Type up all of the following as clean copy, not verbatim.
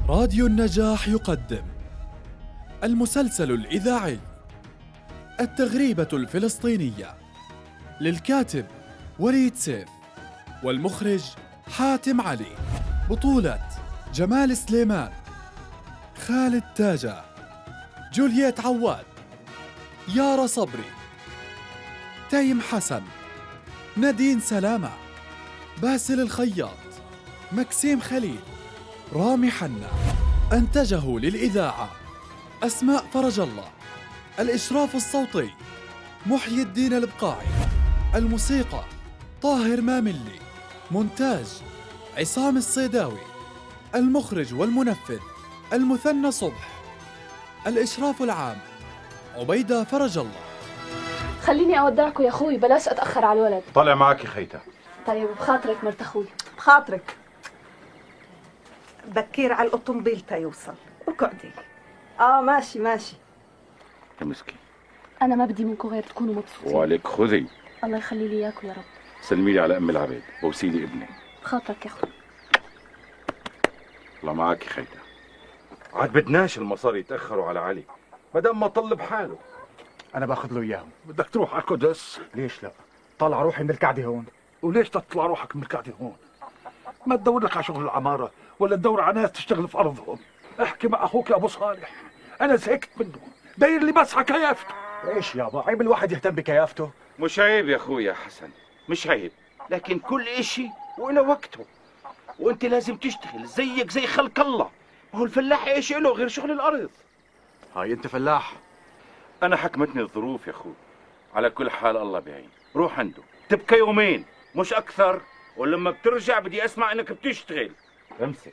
راديو النجاح يقدم المسلسل الإذاعي التغريبة الفلسطينية للكاتب وليد سيف والمخرج حاتم علي. بطولة جمال سليمان، خالد تاجة، جولييت عواد، يارا صبري، تيم حسن، نادين سلامة، باسل الخياط، مكسيم خليل، رامي حنا. أنتجه للإذاعة أسماء فرج الله. الإشراف الصوتي محيي الدين البقاعي. الموسيقى طاهر ماملي. مونتاج عصام الصيداوي. المخرج والمنفذ المثنى صبح. الإشراف العام عبيدة فرج الله. خليني أودعكم يا أخوي، بلاش أتأخر على الولد. طالع معك يا خيتا. طيب بخاطرك مرت أخوي. بخاطرك. بكير على الأوتومبيل تيوصل. اقعدي. ماشي يا مسكين. أنا ما بدي منكم غير تكونوا مبسوطين. وعليك خذي. الله يخلي لي إياكم يا رب. سلمي لي على أم العبيد ووسيلي ابني. بخاطرك يا أخوي. الله معك يا خيتا. عاد بدناش المصاري يتأخروا على علي مدام ما طلب حاله. أنا باخذ له إياهم. بدك تروح على القدس؟ ليش لا؟ طلع روحي من الكعدة هون. وليش تطلع روحك من القعدة هون؟ ما تدور لك على شغل العمارة ولا تدور على ناس تشتغل في أرضهم. احكي مع أخوك يا أبو صالح، أنا زهقت منه، داير لي بس على كيافته. ليش يابا؟ عيب الواحد يهتم بكيافته. مش عيب يا أخويا حسن، مش عيب، لكن كل إشي وإله وقته، وأنت لازم تشتغل زيك زي خلق الله. ما هو الفلاح إيش إله غير شغل الأرض؟ هاي أنت فلاح. أنا حكمتني الظروف يا أخوي. على كل حال الله بعين، روح عنده تبقى يومين مش أكثر، ولما بترجع بدي أسمع إنك بتشتغل. امسك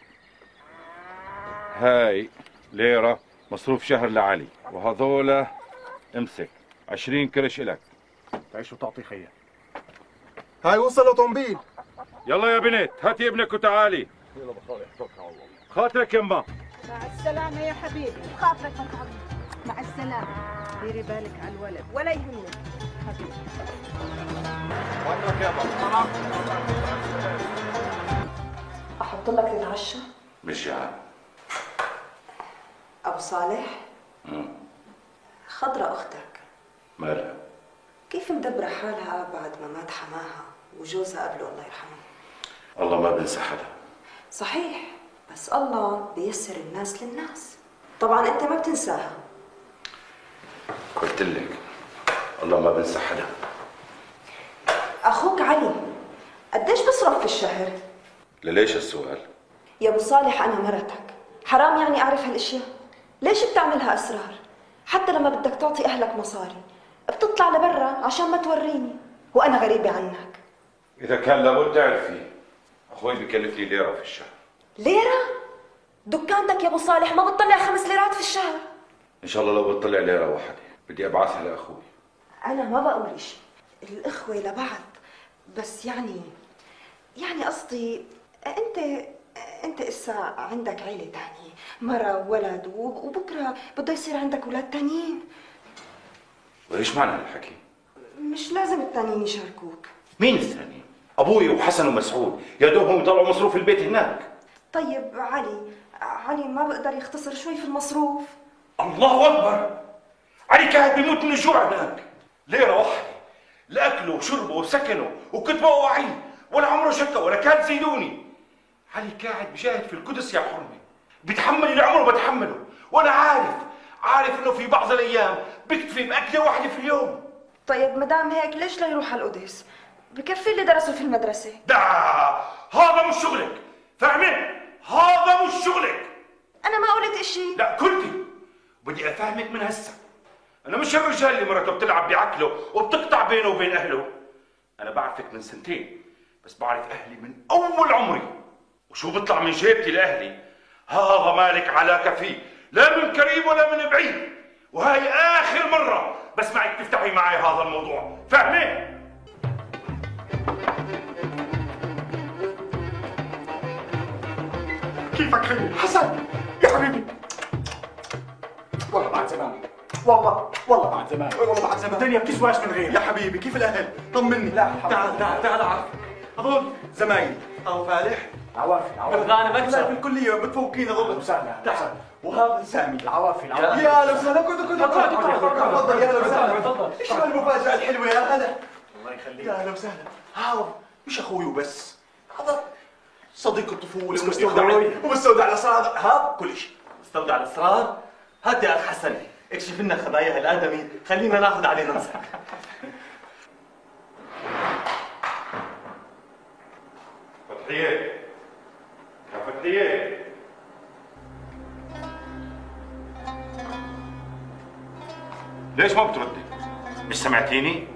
هاي ليرة مصروف شهر لعلي، وهذولا امسك 20 قرش إلك. تعيش وتعطي خيا. هاي وصل الاوتومبيل. يلا يا بنت هاتي ابنك وتعالي. يلا بصالح توكل على الله. خاطرك يما. مع السلامة يا حبيبي. خاطرك مع السلامة. ديري بالك على الولد ولا يهمك حبيبي. وينك يابا؟ أحط لك تتعشى؟ مش جعان. أبو صالح؟ خضرة أختك مالها؟ كيف مدبرة حالها بعد ما مات حماها وجوزها قبله الله يرحمه؟ الله ما بنسى حدا. صحيح، بس الله بيسر الناس للناس. طبعا أنت ما بتنساها. قلت لك الله ما بنسى حدا. أخوك علي قديش بصرف في الشهر؟ ليش السؤال؟ يا أبو صالح أنا مرتك، حرام يعني أعرف هالأشياء؟ ليش بتعملها أسرار؟ حتى لما بدك تعطي أهلك مصاري بتطلع لبرا عشان ما توريني، وأنا غريبة عنك. إذا كان لابد تعرفي، أخوي بكلفني ليرة في الشهر. ليرة؟ دكانتك يا أبو صالح ما بتطلع 5 ليرات في الشهر. إن شاء الله لو بتطلع ليرة واحدة بدي أبعثها لأخوي. أنا ما بقول إشي، الإخوة لبعض، بس يعني قصدي أنت إسا عندك عيلة تانية، مرة وولد، وبكرة بده يصير عندك أولاد تانيين. وإيش معنى هالحكي؟ مش لازم التانيين يشاركوك. مين الثاني؟ أبوي وحسن ومسعود، يا دوبهم يطلعوا مصروف البيت هناك. طيب علي ما بقدر يختصر شوي في المصروف؟ الله أكبر! علي كان بيموت من الجوع هناك. ليرة واحدة لأكله وشربه وسكنه وكتبه ووعيه، ولا عمره شكا ولا كان زيدوني. علي قاعد بشاهد في القدس يا حرمي، بيتحمل اللي عمره بتحمله، وانا عارف انه في بعض الايام بيكتفي باكله واحده في اليوم. طيب مدام هيك ليش لا يروح على القدس؟ بكفي اللي درسوا في المدرسه. ده هذا مش شغلك، فاهمين؟ هذا مش شغلك. انا ما قلت اشي. لا قلتي، بدي افهمك من هسه. انا مش الرجال اللي مرته بتلعب بعقله وبتقطع بينه وبين اهله. انا بعرفك من 2 سنين، بس بعرف اهلي من اول عمري، وشو بيطلع من جيبتي لاهلي هذا مالك علاقه فيه، لا من قريب ولا من بعيد، وهي اخر مره بسمعك تفتحي معي هذا الموضوع، فاهمين؟ كيفك خيي؟ حسن يا حبيبي. والله بعد زمان. والله بعد زمان. الدنيا بتسواش من غير. يا حبيبي كيف الاهل؟ طمني. لا تعال اعرفك. هذول زمايلي، ابو فالح العوافي بالغانم اكثر. في الكليه متفوقين ضبط. تعال وهذا سامي. العوافي يا اهلا وسهلا. كنت تفضل. يا اهلا وسهلا. تفضل. ايش المفاجاه الحلوه يا هلا؟ الله يخليك. يا اهلا وسهلا. هذا مش اخوي وبس، هذا صديق الطفوله ومستودع الاسرار. هذا كل شيء. مستودع الاسرار. هات يا اخ حسن اكشف لنا خبايا الادمي، خلينا ناخذ عليه ننصح. فتحية يا فتحية، ليش ما بتردي؟ مش سمعتيني؟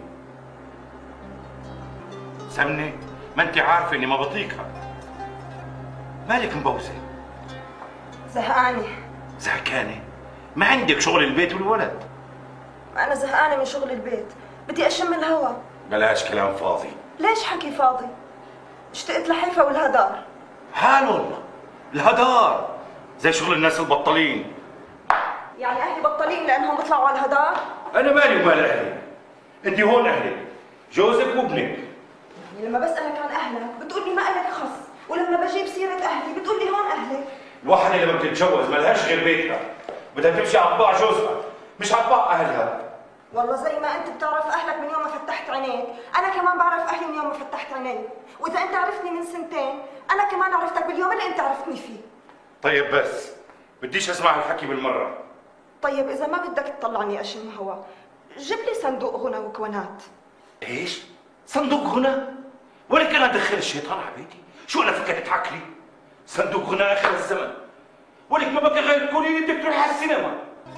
سمنة، ما انت عارفة اني ما بطيقها. مالك مبوسة؟ زهقانة. زهقانة؟ ما عندك شغل البيت والولد؟ أنا زهقانة من شغل البيت، بدي أشم الهوا. بلاش كلام فاضي. ليش حكي فاضي؟ اشتقت لحيفا والهدار. حال والله، الهدار زي شغل الناس البطالين. يعني أهلي بطلين لأنهم بيطلعوا على الهدار؟ أنا مالي ومال أهلي، أنت هون أهلك، جوزك وابنك. يعني لما بسألك عن أهلك بتقول لي ما إلك خص، ولما بجيب سيرة أهلي بتقول لي هون أهلك. الواحدة لما بتتجوز ما لهاش غير بيتها، بدها تمشي على طباع جوزها مش على طباع أهلها. والله زي ما أنت بتعرف أهلك من يوم ما فتحت عينيك، أنا كمان بعرف أهلي من يوم ما فتحت عيني، وإذا أنت عرفتني من سنتين، أنا كمان عرفتك باليوم اللي أنت عرفتني فيه. طيب بس بديش أسمع الحكي بالمرة. طيب إذا ما بدك تطلعني أشم هوا، جيب لي صندوق غنى وكونات. إيش؟ صندوق غنى؟ ولك أنا أدخل الشيطان على بيتي؟ شو أنا فكرت عقلي؟ صندوق غنى آخر الزمن، ولك ما بقى غير كوني بدك تروح على السينما.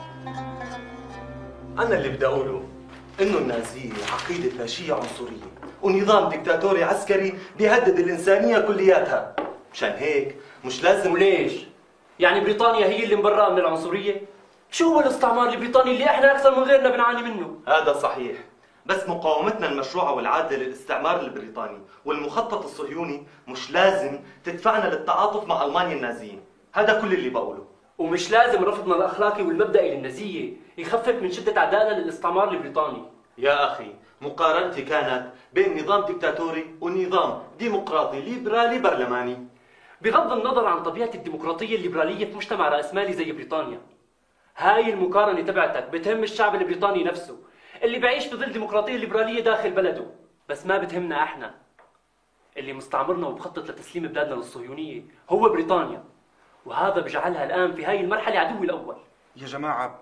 أنا اللي بدي أقوله إنه النازية عقيدة فاشية عنصرية ونظام ديكتاتوري عسكري بيهدد الإنسانية كلياتها، مشان هيك مش لازم. وليش؟ يعني بريطانيا هي اللي مبرئة من العنصرية؟ شو هو الاستعمار البريطاني اللي احنا أكثر من غيرنا بنعاني منه؟ هذا صحيح، بس مقاومتنا المشروعة والعادلة للاستعمار البريطاني والمخطط الصهيوني مش لازم تدفعنا للتعاطف مع ألمانيا النازية، هذا كل اللي بقوله. ومش لازم رفضنا الأخلاقي والمبدئي للنازية يخفف من شدة عدائنا للاستعمار البريطاني. يا أخي مقارنتي كانت بين نظام ديكتاتوري ونظام ديمقراطي ليبرالي برلماني. بغض النظر عن طبيعة الديمقراطية الليبرالية في مجتمع رأسمالي زي بريطانيا، هاي المقارنة تبعتك بتهم الشعب البريطاني نفسه اللي بعيش في ظل ديمقراطية ليبرالية داخل بلده، بس ما بتهمنا احنا. اللي مستعمرنا وبخطط لتسليم بلادنا للصهيونية هو بريطانيا، وهذا بجعلها الآن في هاي المرحلة عدوي الأول. يا جماعة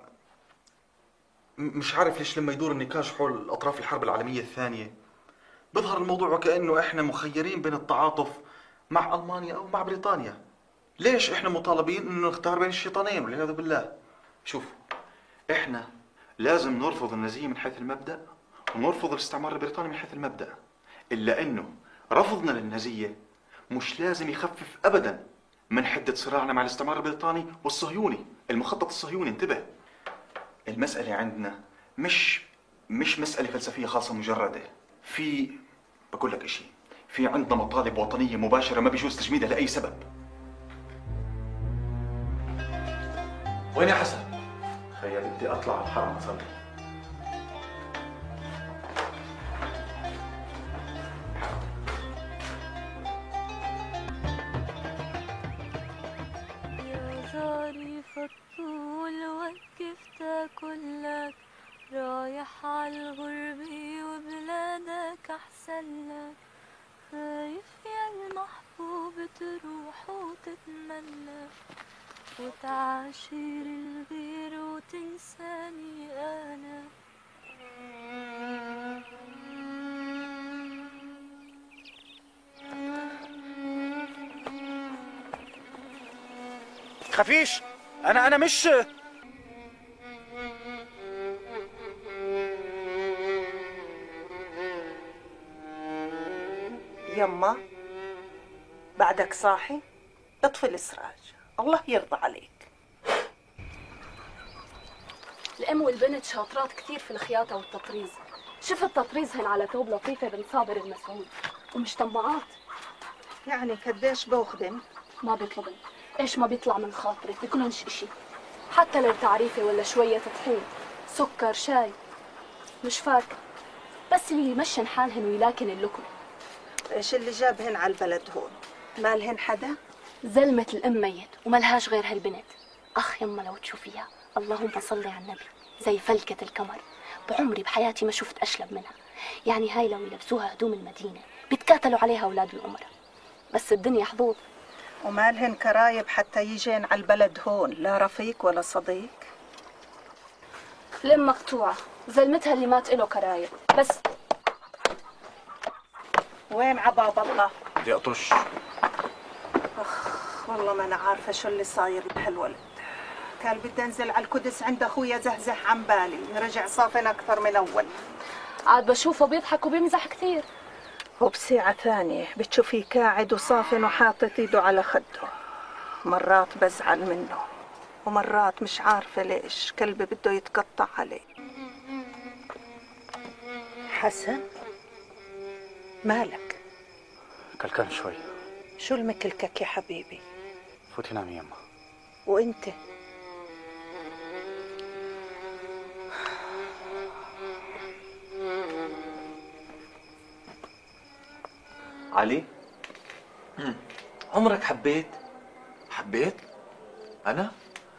مش عارف ليش لما يدور النقاش حول أطراف الحرب العالمية الثانية بظهر الموضوع وكأنه إحنا مخيرين بين التعاطف مع ألمانيا أو مع بريطانيا. ليش إحنا مطالبين إنه نختار بين الشيطانين والعياذ بالله؟ شوف، إحنا لازم نرفض النازية من حيث المبدأ ونرفض الاستعمار البريطاني من حيث المبدأ، إلا إنه رفضنا للنازية مش لازم يخفف أبداً من حدة صراعنا مع الاستعمار البريطاني والصهيوني، المخطط الصهيوني. انتبه، المسألة عندنا مش مسألة فلسفية خاصة مجردة. بقول لك إشي، في عندنا مطالب وطنية مباشرة ما بيجوز تجميدها لأي سبب. وين يا حسن؟ خيا بدي أطلع على الحرم أصلي. الطول وقف تاكلك، رايح عالغربة وبلادك أحسن لك، خايف يا المحبوب تروح وتتمنى وتعاشر الغير وتنساني أنا. خفيش، أنا مش يما بعدك صاحي؟ اطفي السراج، الله يرضى عليك. الأم والبنت شاطرات كثير في الخياطة والتطريز، شفت تطريزهن على ثوب لطيفة بن صابر المسعود، ومش طماعات. يعني قديش باخذن؟ ما بيطلبن، ايش ما بيطلع من خاطرك بكلنش اشي، حتى لو تعريفة ولا شوية طحين، سكر، شاي، مش فارقة، بس اللي يمشن حالهن ويلاكن اللقمة. ايش اللي جابهن على البلد هون؟ مالهن حدا؟ زلمة الأم ميت وملهاش غير هالبنت. أخ يما لو تشوفيها اللهم صل على النبي زي فلكة القمر. بعمري بحياتي ما شفت أشلب منها. يعني هاي لو يلبسوها هدوم المدينة بيتكاتلوا عليها أولاد الأمراء. بس الدنيا حظوظ. ومالهن كرايب حتى يجين على البلد هون، لا رفيق ولا صديق؟ الأم مقطوعة، زلمتها اللي مات إله كرايب بس. وين عباب الله؟ بدي أطش. والله ما أنا عارفة شو اللي صاير بهالولد. كان بدي أنزل على القدس عند أخويا زحزح عن بالي، رجع صافن أكثر من أول. عاد بشوفه بيضحك وبيمزح كثير. وبساعة ثانية بتشوفيه قاعد وصافن وحاطط ايده على خده. مرات بزعل منه ومرات مش عارفة ليش قلبي بده يتقطع عليه. حسن مالك؟ كلكان شوي. شو المكلكك يا حبيبي؟ فوتي نامي يما. وانت؟ علي، عمرك حبيت؟ حبيت؟ أنا؟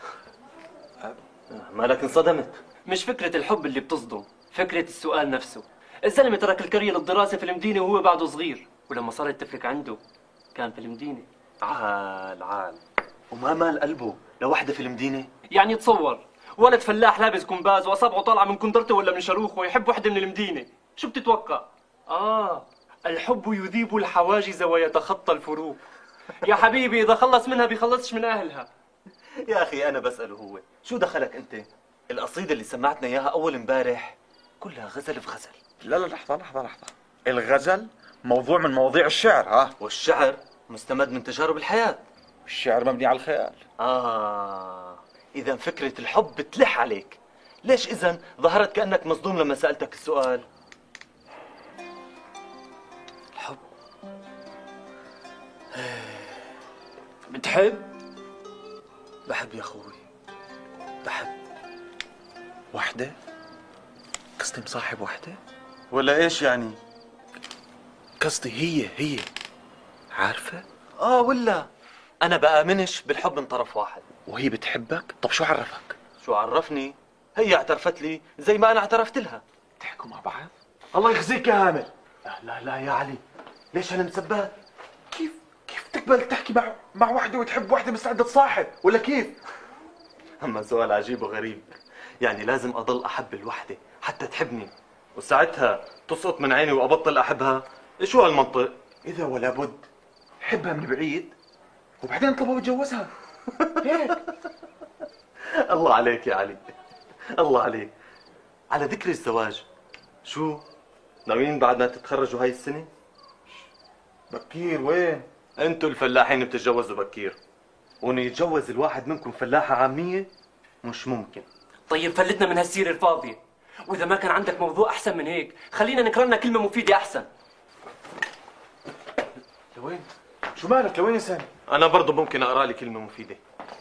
مالك انصدمت؟ مش فكرة الحب اللي بتصدم، فكرة السؤال نفسه. الزلمة ترك الكرية للدراسة في المدينة وهو بعده صغير، ولما صارت تفرق عنده كان في المدينة. عال وما مال قلبه لوحدة في المدينة؟ يعني تصور ولد فلاح لابس كومباز واصابعه طالعة من كندرته ولا من شاروخه يحب وحدة من المدينة، شو بتتوقع؟ الحب يذيب الحواجز ويتخطى الفروق. يا حبيبي إذا خلص منها بيخلصش من أهلها. يا أخي أنا بسأله هو، شو دخلك أنت؟ القصيدة اللي سمعتنا إياها أول امبارح كلها غزل في غزل. لا لحظة. الغزل موضوع من مواضيع الشعر، والشعر مستمد من تجارب الحياة. الشعر مبني على الخيال. إذا فكرة الحب بتلح عليك. ليش إذا ظهرت كأنك مصدوم لما سألتك السؤال؟ الحب بتحب؟ بحب يا أخوي، بحب. وحدة؟ قصدي مصاحب وحدة؟ ولا إيش يعني؟ قصدي هي عارفة؟ ولا أنا بآمنش بالحب من طرف واحد. وهي بتحبك؟ طب شو عرفك؟ شو عرفني؟ هي اعترفت لي زي ما أنا اعترفت لها. تحكوا مع بعض؟ الله يخزيك يا هامل. لا يا علي، ليش أنا مسبات؟ كيف تقبل تحكي مع وحدة وتحب وحدة مستعدة تصاحب؟ ولا كيف؟ أما سؤال عجيب وغريب. يعني لازم أضل أحب الوحدة حتى تحبني، وساعتها تسقط من عيني وأبطل أحبها؟ شو هالمنطق؟ إذا ولا بد حبها من بعيد وبعدين اطلبها وتجوزها. هيك. الله عليك يا علي، الله عليك. على ذكر الزواج، شو ناويين بعد ما تتخرجوا هاي السنة؟ بكير وين؟ انتوا الفلاحين بتتجوزوا بكير، وانه يتجوز الواحد منكم فلاحة عامية مش ممكن. طيب فلتنا من هالسيرة الفاضية، وإذا ما كان عندك موضوع أحسن من هيك خلينا نكرر كلمة مفيدة أحسن. لوين؟ شو مالك؟ لوين يا سامي؟ أنا برضو ممكن أقرأ لي كلمة مفيدة.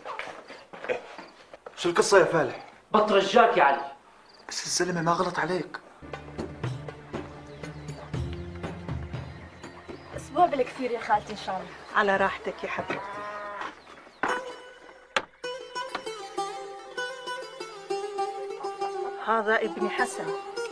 شو القصة يا فالح؟ بترجاك يا علي. بس الزلمة ما غلط عليك. أسبوع بالكثير يا خالتي إن شاء الله. على راحتك يا حبيبتي. هذا ابني حسن.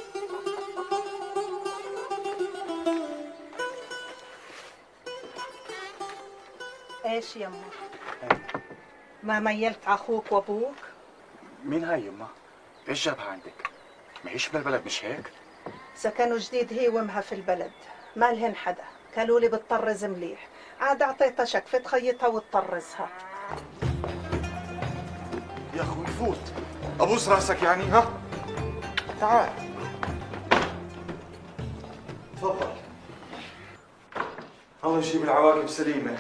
ايش يما؟ ما ميلت على اخوك وابوك؟ مين هاي يما؟ ايش جابها عندك؟ معيش بالبلد مش هيك؟ سكنوا جديد هي وامها في البلد، ما لهن حدا، قالوا لي بتطرز مليح، عاد اعطيتها شقفة تخيطها وتطرزها. يا اخوي فوت، ابوس راسك يعني ها؟ تعال تفضل. الله يجيب العواقب سليمة.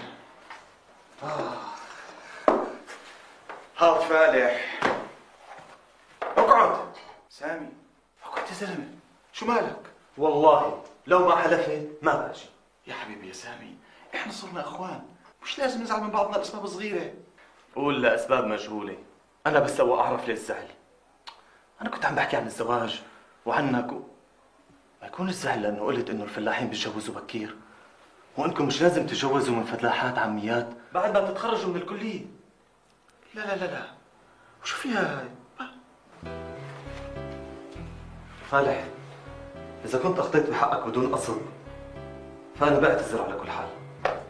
هات فالح، اقعد. سامي اقعد يا زلمة، شو مالك؟ والله لو ما حلفت ما باجي. يا حبيبي يا سامي، احنا صرنا اخوان، مش لازم نزعل من بعضنا بأسباب صغيرة. قول لأسباب مجهولة، أنا بس أبغى أعرف ليش الزعل. أنا كنت عم بحكي عن الزواج وعنك ما يكون الزعل لأنه قلت إنه الفلاحين بيتجوزوا بكير. وانكم مش لازم تتجوزوا من فلاحات عميات بعد ما تتخرجوا من الكليه. لا لا لا لا، وشو فيها هاي؟ فالح، اذا كنت اخطيت بحقك بدون قصد فانا بعتذر على كل حال.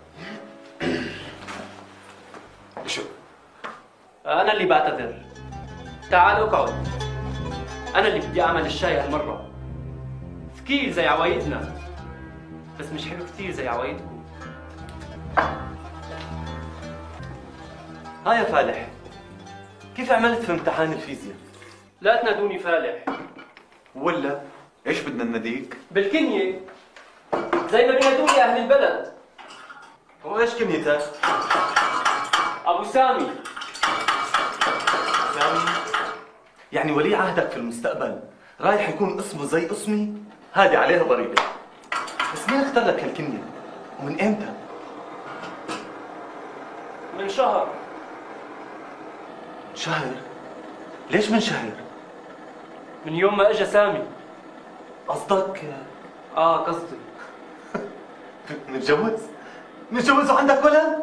شو؟ أنا اللي بعتذر. تعال اقعد. أنا اللي بدي أعمل الشاي هالمرة. ثقيل زي عوايدنا، بس مش حلو كثير زي عوايدكم. ها يا فالح، كيف عملت في امتحان الفيزياء؟ لا تنادوني فالح. ولا ايش بدنا نناديك؟ بالكنية زي ما بينادوني أهل البلد. وايش كنيتك؟ أبو سامي. سامي؟ يعني ولي عهدك في المستقبل رايح يكون اسمه زي اسمي؟ هادي عليها ضريبة. بس مين اختار لك هالكنية؟ ومن امتى؟ من شهر. شهر؟ ليش من شهر؟ من يوم ما اجى سامي. قصدك؟ قصدي متجوز؟ متجوز وعندك ولد؟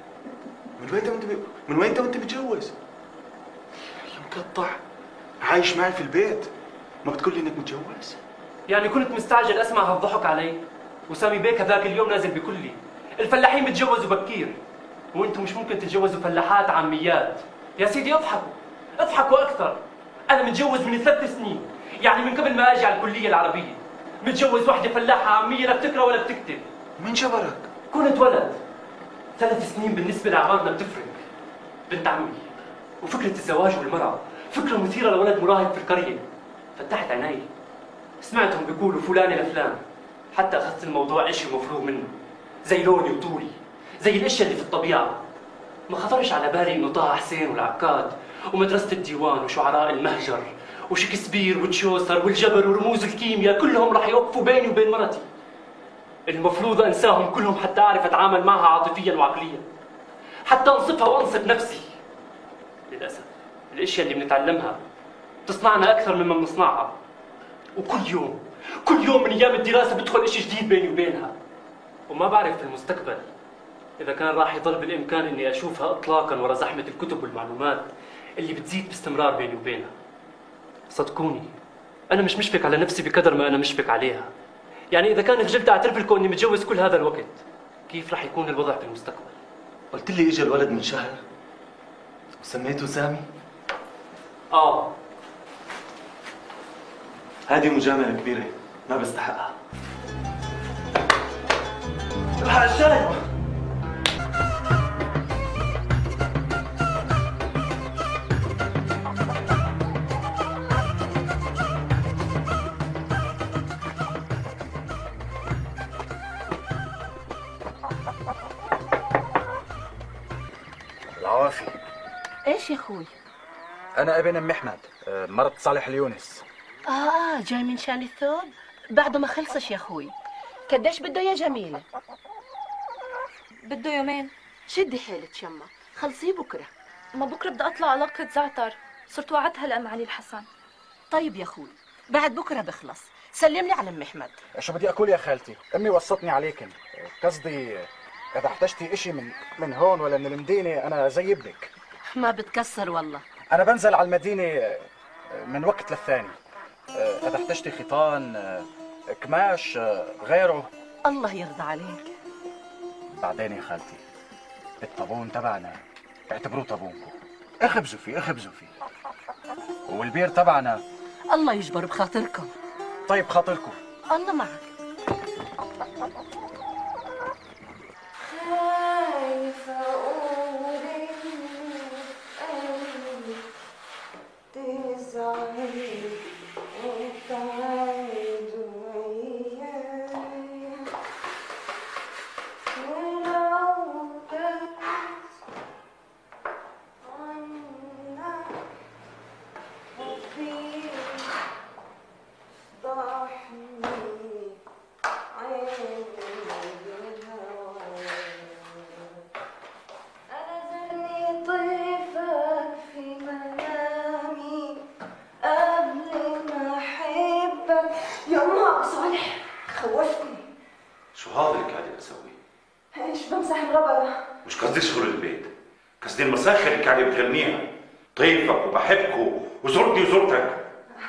من وين انت متجوز؟ يا مقطع، عايش معي في البيت ما بتقول لي انك متجوز؟ يعني كنت مستعجل اسمع هالضحك علي، وسامي بيك هذاك اليوم نازل بيقول لي الفلاحين بتجوزوا بكير وانتم مش ممكن تتجوزوا فلاحات عميات. يا سيدي اضحكوا، اضحكوا اكثر. انا متجوز من 3 سنين، يعني من قبل ما اجي على الكليه العربيه. متجوز وحده فلاحه عميه لا بتقرا ولا بتكتب. مين جبرك؟ كنت ولد. 3 سنين بالنسبه لاعمارنا بتفرق. بنت عمي، وفكره الزواج والمراه فكره مثيره لولد مراهق في القريه. فتحت عيني، سمعتهم بيقولوا فلانه لفلان، حتى اخذت الموضوع اشي مفروغ منه، زي لوني وطولي، زي الاشياء اللي في الطبيعه. ما خطرش على بالي انه طه حسين والعكاد ومدرسه الديوان وشعراء المهجر وشكسبير وتشوسر والجبر ورموز الكيمياء كلهم راح يوقفوا بيني وبين مرتي. المفروض انساهم كلهم حتى اعرف اتعامل معها عاطفيا وعقليا، حتى انصفها وانصف نفسي. للاسف الاشياء اللي بنتعلمها بتصنعنا اكثر مما بنصنعها، كل يوم من ايام الدراسه بدخل اشي جديد بيني وبينها. وما بعرف في المستقبل اذا كان راح يضل بالامكان اني اشوفها اطلاقا ورا زحمه الكتب والمعلومات اللي بتزيد باستمرار بيني وبينها. صدقوني انا مش مشفق على نفسي بقدر ما انا مشفق عليها. يعني اذا كان خجلت اعترف لكم اني متجوز كل هذا الوقت، كيف راح يكون الوضع في المستقبل؟ قلت لي اجى الولد من شهر وسميته سامي؟ هذه مجاملة كبيرة ما بستحقها. الحق الشاي. العوافي. ايش يا اخوي؟ انا ابن ام احمد، مرت صالح اليونس. جاي من شان الثوب؟ بعده ما خلصش يا اخوي. قديش بده يا جميله؟ بده يومين. شدي حيلك يما، خلصيه بكره. ما بكره بدي اطلع علاقة زعتر، صرت وعدتها لأم علي الحسن. طيب يا اخوي بعد بكره بخلص، سلمني على ام احمد. شو بدي اقول يا خالتي، امي وصتني عليكن. قصدي اذا احتجتي اشي من هون ولا من المدينه انا زي ابنك. ما بتكسر والله. انا بنزل على المدينه من وقت للثاني. اذا احتجتي خيطان، قماش، غيره. الله يرضى عليك. بعدين يا خالتي الطابون تبعنا اعتبروه طابونكم، اخبزوا فيه. والبير تبعنا الله يجبر بخاطركم. طيب خاطركم. الله معك. خايفة أقول إني تزعلي وتعيد وياي، ولو كانت عنك حبي ضحني عيني قصدي شغل البيت، قصدي المساخر اللي كان بتغنيها، طيفك وبحبك وزرتي وزرتك.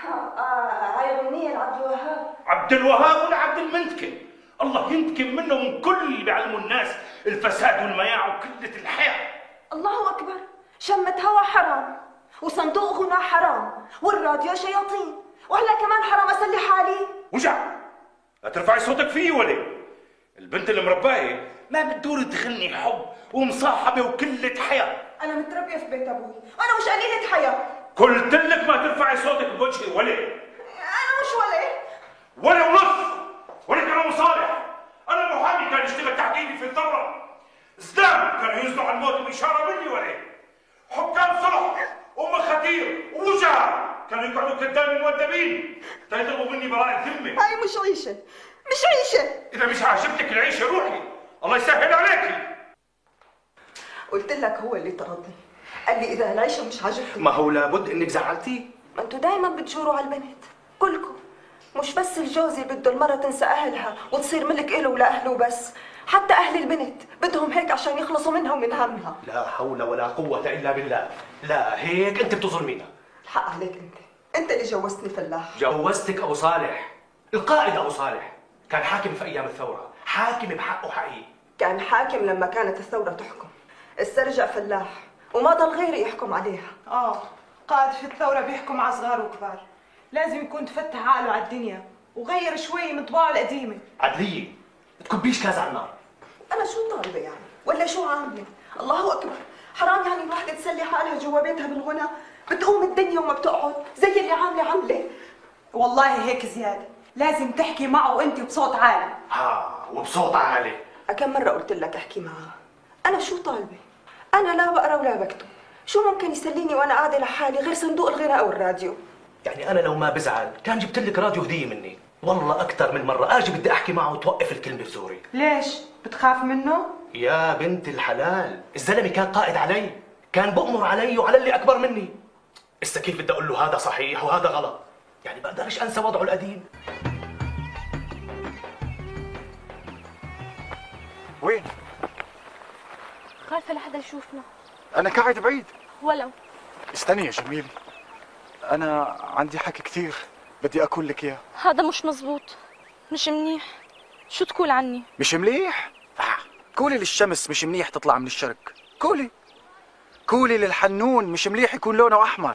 هاي أغنية لعبد الوهاب. عبد الوهاب ولا عبد المنتكم؟ الله ينتقم منه من كل اللي بيعلموا الناس الفساد والمياع وقلة الحياة. الله أكبر، شمة هوا حرام، وصندوق غنى حرام، والراديو شياطين، وهلا كمان حرام أسلي حالي. وجع، لا ترفعي صوتك فيه ولا البنت المرباية ما بتدور تغني حب ومصاحبة وقلة حياة. أنا متربية في بيت أبوي، أنا مش قليلة حياة. قلت لك ما ترفعي صوتك بوجهي ولا. أنا مش ولا ونص. ولك أنا مصالح، أنا محامي كان يشتغل تحقيقي في الثورة. زدان كان يصدع على الموت بإشارة مني ولا. حكام صلح ومخاتير ووجهاء كانوا يقعدوا قدامي مؤدبين تيطلبوا مني براءة ذمة. هاي مش عيشة، مش عيشة. إذا مش عاجبتك العيشة روحي، الله يسهل عليكي. قلت لك هو اللي طردني، قال لي إذا العيشة مش عاجبتك. ما هو لابد إنك زعلتيه. ما انتوا دايما بتجوروا على البنت، كلكم. مش بس الجوز اللي بده المرة تنسى أهلها وتصير ملك إله ولأهله بس، حتى أهل البنت بدهم هيك عشان يخلصوا منها ومن همها. لا حول ولا قوة إلا بالله، لا هيك أنت بتظلمينا. الحق عليك أنت اللي جوزتني فلاح. جوزتك أبو صالح، القائد أبو صالح، كان حاكم في أيام الثورة، حاكم بحقه حقيقي. كان حاكم لما كانت الثورة تحكم، استرجع فلاح وما ضل غيري يحكم عليها. قائد في الثورة بيحكم على صغار وكبار، لازم يكون تفتح عقله على الدنيا وغير شوي من طباعه القديمة. عدلية، تكبيش كاز على النار. أنا شو طالبة يعني؟ ولا شو عاملة؟ الله أكبر، حرام يعني الواحدة تسلي حالها جوا بيتها بالغنى، بتقوم الدنيا وما بتقعد زي اللي عاملة. والله هيك زيادة، لازم تحكي معه أنت بصوت عالي. وبصوت عالي. كم مرة قلت لك احكي معها؟ أنا شو طالبة؟ أنا لا بقرا ولا بكتب، شو ممكن يسليني وأنا قاعدة لحالي غير صندوق الغناء أو الراديو؟ يعني أنا لو ما بزعل كان جبت لك راديو هدية مني، والله أكثر من مرة أجي بدي أحكي معه وتوقف الكلمة في زوري. ليش؟ بتخاف منه؟ يا بنت الحلال، الزلمة كان قائد علي، كان بأمر علي وعلى اللي أكبر مني. إسا كيف بدي أقول له هذا صحيح وهذا غلط؟ يعني بقدرش أنسى وضعه القديم. وين؟ خايفة لحدا يشوفنا. أنا قاعد بعيد. ولو استني يا جميلة، أنا عندي حكي كثير بدي أقول لك إياه. هذا مش مزبوط، مش منيح. شو تقول عني؟ مش مليح؟ قولي للشمس مش منيح تطلع من الشرق، قولي للحنون مش مليح يكون لونه أحمر،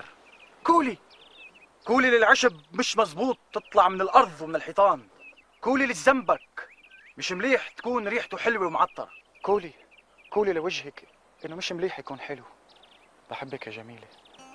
قولي للعشب مش مزبوط تطلع من الأرض ومن الحيطان، قولي للزنبك مش مليح تكون ريحته حلوة ومعطرة، قولي لوجهك إنه مش مليح يكون حلو. بحبك يا جميلة،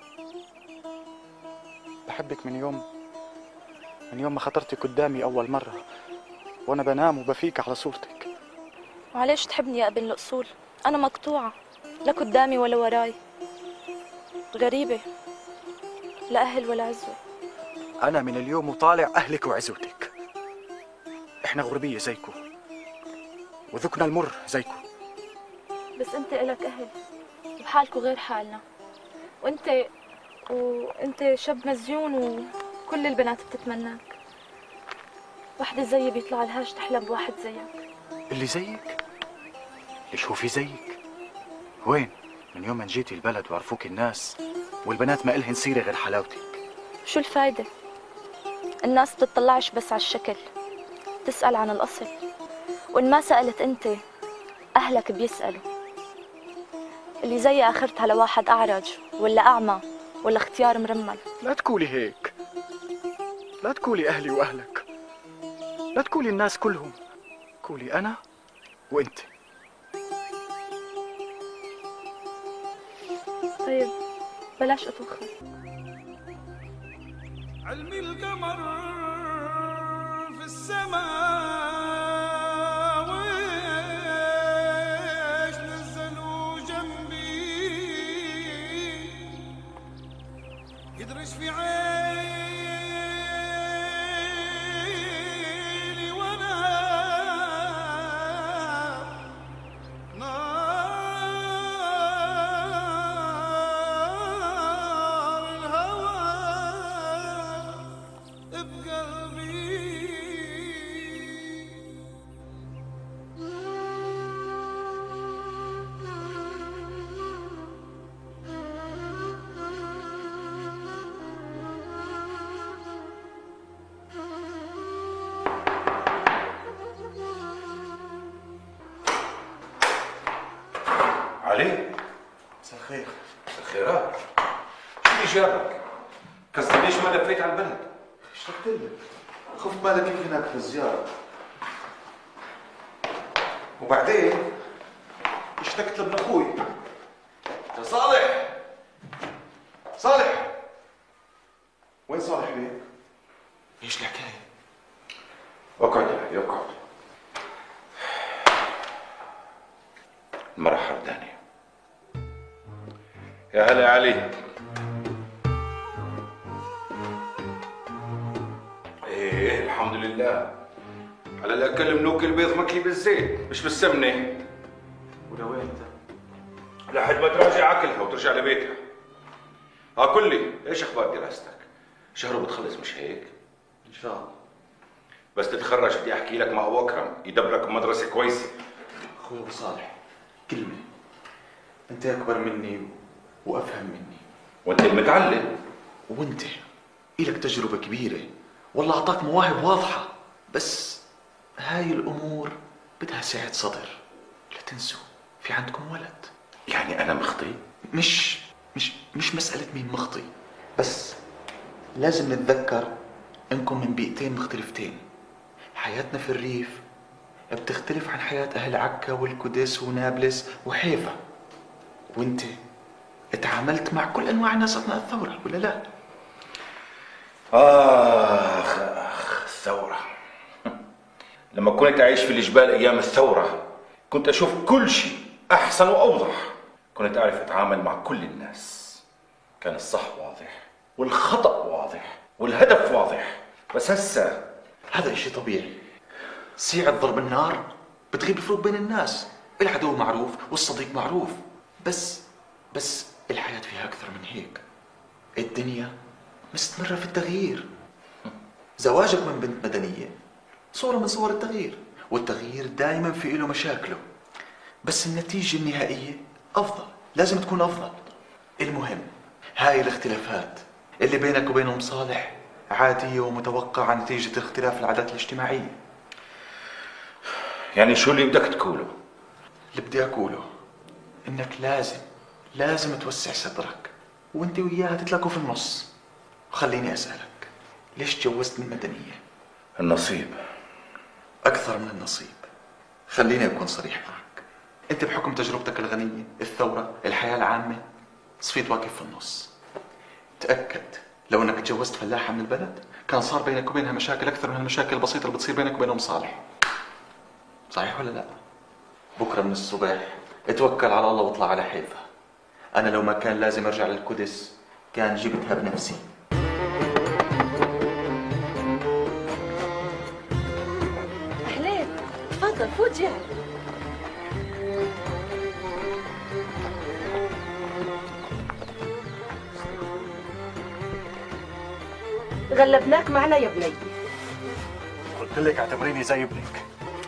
بحبك من يوم ما خطرتي قدامي أول مرة وأنا بنام وبفيك على صورتك. وعليش تحبني يا ابن الأصول؟ أنا مقطوعة، لا قدامي ولا وراي، غريبة، لا أهل ولا عزوة. أنا من اليوم وطالع أهلك وعزوتك، إحنا غربية زيكو وذقنا المر زيكو. بس أنت إلك أهل وحالكوا غير حالنا، وأنت شاب مزيون وكل البنات بتتمناك. وحدة زيي بيطلع لهاش تحلم بواحد زيك. اللي زيك؟ ليش هو في زيك؟ وين؟ من يوم ما جيتي البلد وعرفوك الناس والبنات ما إلهن سيرة غير حلاوتك. شو الفايدة؟ الناس بتطلعش بس على الشكل، تسأل عن الأصل، وإن ما سألت أنت أهلك بيسألوا. اللي زي آخرتها لواحد أعرج ولا أعمى ولا اختيار مرمل. لا تقولي هيك، لا تقولي أهلي وأهلك، لا تقولي الناس كلهم، قولي أنا وأنت. طيب بلاش أتوخر. علمي القمر في السماء ويش نزلوا جنبي يدرج في عيني وانا خيرات، شو اللي جابك؟ قصدي ليش ما لفيت على البلد؟ اشتقت لك، خفت مالك كيف هناك في الزيارة. وبعدين اشتقت لابن اخوي. يا صالح، صالح، وين صالح بيك؟ ايش الحكاية؟ اقعد يا علي اقعد. المرة حرداني. يا هلا يا علي. ايه الحمد لله. على الاقل منوك البيض مكلي بالزيت مش بالسمنة. ولوين انت؟ لحد ما تراجع اكلها وترجع لبيتها. قل لي ايش اخبار دراستك؟ شهر بتخلص مش هيك؟ ان شاء الله. بس تتخرج بدي احكي لك مع ابو اكرم يدبرك بمدرسه كويسه. اخوي ابو صالح، كلمه، انت اكبر مني وافهم مني، وانت المتعلم، وانت إلك تجربه كبيره، والله اعطاك مواهب واضحه، بس هاي الامور بدها سعه صدر. لا تنسوا في عندكم ولد. يعني انا مخطي؟ مش مساله مين مخطي، بس لازم نتذكر انكم من بيئتين مختلفتين. حياتنا في الريف بتختلف عن حياة أهل عكا والقدس ونابلس وحيفا، وانت اتعاملت مع كل أنواع الناس أثناء الثورة ولا لا؟ آخ الثورة. لما كنت أعيش في الجبال أيام الثورة كنت أشوف كل شيء أحسن وأوضح. كنت أعرف أتعامل مع كل الناس. كان الصح واضح والخطأ واضح والهدف واضح. بس هسه هذا إشي طبيعي. سيعة ضرب النار بتغيب الفروق بين الناس. العدو معروف والصديق معروف، بس الحياة فيها أكثر من هيك. الدنيا مستمرة في التغيير. زواجك من بنت مدنية صورة من صور التغيير، والتغيير دائما في له مشاكله، بس النتيجة النهائية أفضل، لازم تكون أفضل. المهم هاي الاختلافات اللي بينك وبينهم صالح عادية ومتوقعة نتيجة اختلاف العادات الاجتماعية. يعني شو اللي بدك تقوله؟ اللي بدي أقوله إنك لازم توسع صدرك، وانت وياها تتلاقوا في النص. وخليني أسألك، ليش تجوزت من مدنية؟ النصيب. أكثر من النصيب. خليني أكون صريح معك، انت بحكم تجربتك الغنية، الثورة، الحياة العامة، صفيت واقف في النص. تأكد لو انك تجوزت فلاحة من البلد كان صار بينك وبينها مشاكل أكثر من المشاكل البسيطة اللي بتصير بينك وبينهم صالح. صحيح ولا لا؟ بكرة من الصبح اتوكل على الله واطلع على حيفا. أنا لو ما كان لازم أرجع للقدس كان جبتها بنفسي. أهلين، تفضل فوت يا غلبناك معنا يا بني. قلت لك اعتبريني زي ابنك.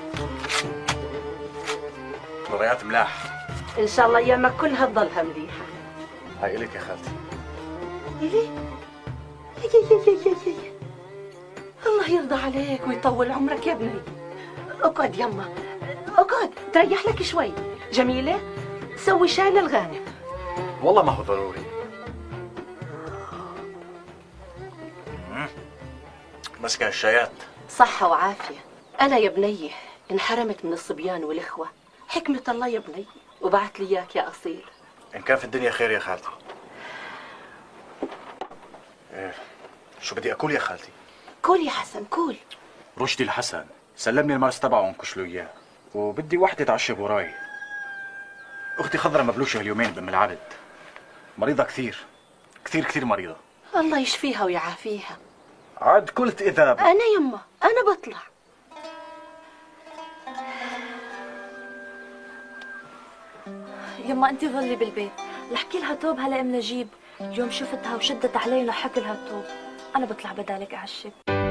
مباريات ملاح. إن شاء الله أيامك كلها تضلها مليحة. هاي إلك يا خالتي. إلي؟ الله يرضى عليك ويطول عمرك يا ابني. اقعد يما، اقعد تريح لك شوي. جميلة، سوي شاي للغانم. والله ما هو ضروري. مسكة الشايات. صحة وعافية. أنا يا بني انحرمت من الصبيان والإخوة. حكمة الله يا بني وبعت لي إياك يا أصيل. إن كان في الدنيا خير يا خالتي. شو بدي أقول يا خالتي؟ كول يا حسن كول. رشدي الحسن سلمني المرس تبعه وانكش له إياه، وبدي وحدة تعشب وراي. أختي خضرة مبلوشة اليومين بأم العبد، مريضة كثير كثير مريضة. الله يشفيها ويعافيها. عاد قلت إذا أنا يما أنا بطلع. يما انت ظلي بالبيت، لحكي لها توب هلا ام نجيب، اليوم شفتها وشدت علينا حكلها التوب، انا بطلع بدالك اعشب.